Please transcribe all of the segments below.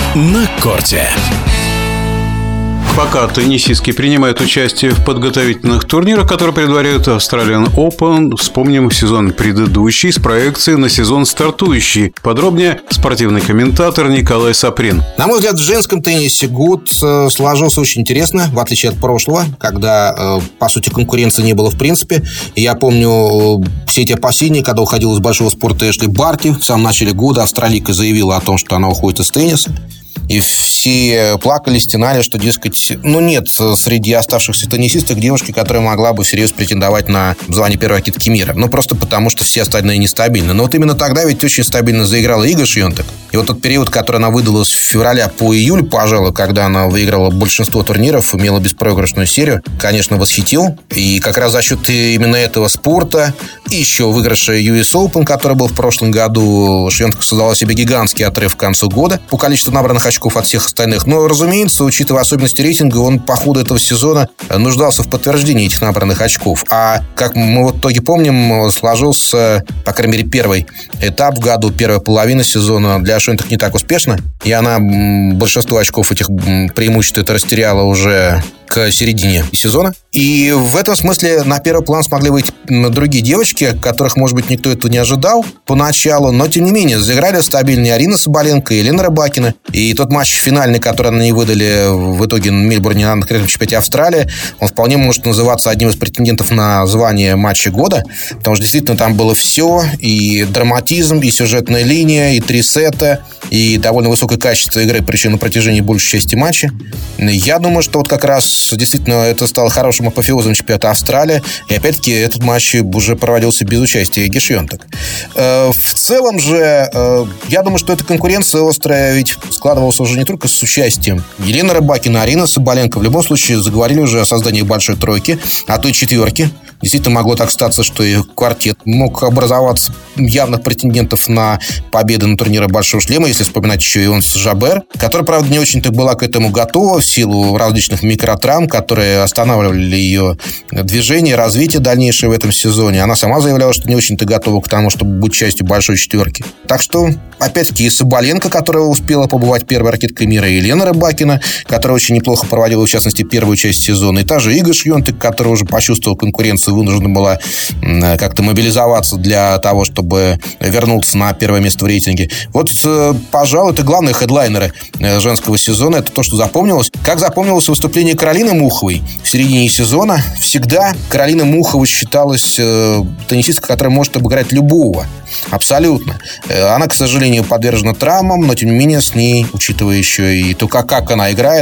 на корте. Пока теннисистки принимают участие в подготовительных турнирах, которые предваряют Australian Open, вспомним сезон предыдущий с проекцией на сезон стартующий. Подробнее спортивный комментатор Николай Саприн. На мой взгляд, в женском теннисе год сложился очень интересно, в отличие от прошлого, когда, по сути, конкуренции не было в принципе. И я помню все эти опасения, когда уходил из большого спорта Эшли Барти. В самом начале года австралийка заявила о том, что она уходит из тенниса. И все плакали, стенали, что, дескать, нет среди оставшихся теннисисток девушки, которая могла бы всерьез претендовать на звание первой ракетки мира. Просто потому, что все остальные нестабильны. Но вот именно тогда ведь очень стабильно заиграла Ига Швентек. И вот тот период, который она выдала с февраля по июль, пожалуй, когда она выиграла большинство турниров, имела беспроигрышную серию, конечно, восхитил. И как раз за счет именно этого спорта и еще выигрыша US Open, который был в прошлом году, Швентек создала себе гигантский отрыв к концу года по количеству набранных очков от всех остальных. Но, разумеется, учитывая особенности рейтинга, он по ходу этого сезона нуждался в подтверждении этих набранных очков. А, как мы в итоге помним, сложился, по крайней мере, первый этап в году, первая половина сезона для Швентек не так успешно. И она большинство очков этих преимуществ это растеряла уже к середине сезона. И в этом смысле на первый план смогли выйти другие девочки, которых, может быть, никто этого не ожидал поначалу, но, тем не менее, заиграли стабильнее Арина Соболенко и Елена Рыбакина. И тот матч финальный, который они выдали в итоге в Мельбурне на открытом чемпионате Австралии, он вполне может называться одним из претендентов на звание матча года, потому что действительно там было все, и драматизм, и сюжетная линия, и 3 сета, и довольно высокое качество игры, причем на протяжении большей части матча. Я думаю, что вот как раз действительно это стало хорошим апофеозом чемпионата Австралии, и опять-таки этот матч уже проводился без участия Иги Швентек. В целом же, я думаю, что эта конкуренция острая ведь складывалась уже не только с участием Елены Рыбакина, Арины Соболенко. В любом случае заговорили уже о создании большой тройки, а то и четверки. Действительно могло так статься, что и квартет мог образоваться явных претендентов на победы на турнире Большого шлема, если вспоминать еще и Онс Жабер, которая, правда, не очень-то была к этому готова в силу различных микротравм, которые останавливали ее движение, развитие дальнейшее в этом сезоне. Она сама заявляла, что не очень-то готова к тому, чтобы быть частью большой четверки. Так что, опять-таки, и Соболенко, которая успела побывать первой ракеткой мира, и Елена Рыбакина, которая очень неплохо проводила, в частности, первую часть сезона, и та же Ига Швентек, которая уже почувствовала конкуренцию, вынуждена была как-то мобилизоваться для того, чтобы вернуться на первое место в рейтинге. Вот, пожалуй, это главные хедлайнеры женского сезона. Это то, что запомнилось. Как запомнилось выступление Каролины Муховой в середине сезона. Всегда Каролина Мухова считалась теннисисткой, которая может обыграть любого. Абсолютно. Она, к сожалению, подвержена травмам, но, тем не менее, с ней, учитывая еще и то, как она играет,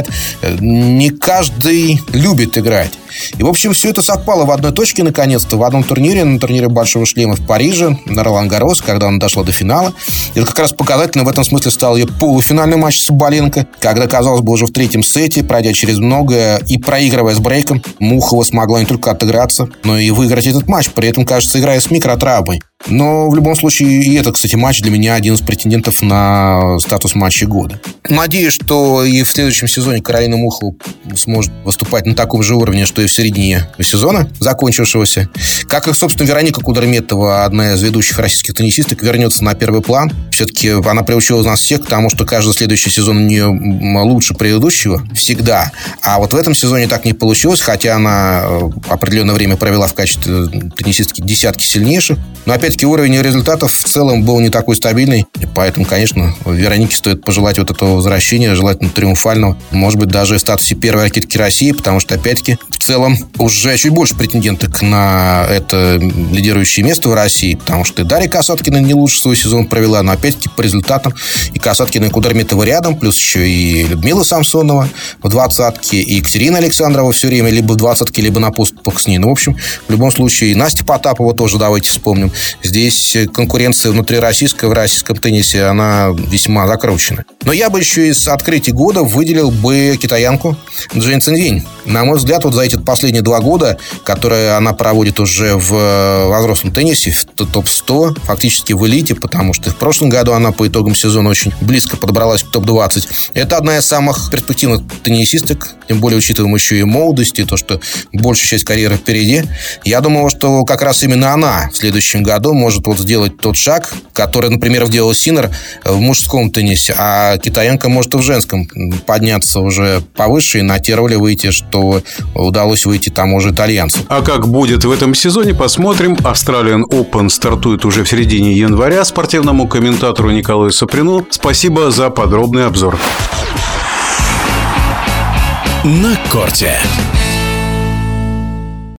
не каждый любит играть. И, в общем, все это совпало в одной точке, наконец-то, в одном турнире, на турнире Большого шлема в Париже, на Ролан-Гаррос, когда она дошла до финала. И это как раз показательно в этом смысле стал ее полуфинальный матч с Соболенко, когда, казалось бы, уже в третьем сете, пройдя через многое и проигрывая с брейком, Мухова смогла не только отыграться, но и выиграть этот матч, при этом, кажется, играя с микротравмой. Но в любом случае и это, кстати, матч для меня один из претендентов на статус матча года. Надеюсь, что и в следующем сезоне Каролина Мухова сможет выступать на таком же уровне, что и в середине сезона закончившегося. Как и, собственно, Вероника Кудерметова, одна из ведущих российских теннисисток, вернется на первый план. Все-таки она приучила нас всех к тому, что каждый следующий сезон у нее лучше предыдущего. Всегда. А вот в этом сезоне так не получилось, хотя она определенное время провела в качестве теннисистки десятки сильнейших. Но опять-таки уровень результатов в целом был не такой стабильный. И поэтому, конечно, Веронике стоит пожелать вот этого возвращения, желательно триумфального. Может быть, даже в статусе первой ракетки России, потому что, опять-таки, в целом уже чуть больше претенденток на это лидирующее место в России, потому что и Дарья Касаткина не лучше свой сезон провела, но, опять-таки, по результатам и Касаткина, и Кудерметова рядом, плюс еще и Людмила Самсонова в двадцатке, и Екатерина Александрова все время либо в двадцатке, либо на поступах с ней. Ну, в общем, в любом случае, и Настя Потапова тоже, давайте вспомним. Здесь конкуренция внутрироссийская в российском теннисе, она весьма закручена. Но я бы еще из открытий года выделил бы китаянку Джейн Цинвень. На мой взгляд, вот за эти последние 2 года, которые она проводит уже в возрастном теннисе, в топ-100, фактически в элите, потому что в прошлом году году она по итогам сезона очень близко подобралась к топ-20. Это одна из самых перспективных теннисисток, тем более учитываем еще и молодость, и то, что большая часть карьеры впереди. Я думаю, что как раз именно она в следующем году может вот сделать тот шаг, который, например, сделал Синнер в мужском теннисе, а китаянка может и в женском подняться уже повыше и на те роли выйти, что удалось выйти тому же итальянцу. А как будет в этом сезоне, посмотрим. Australian Open стартует уже в середине января. Спортивному комментатору Николаю Саприну спасибо за подробный обзор. На корте.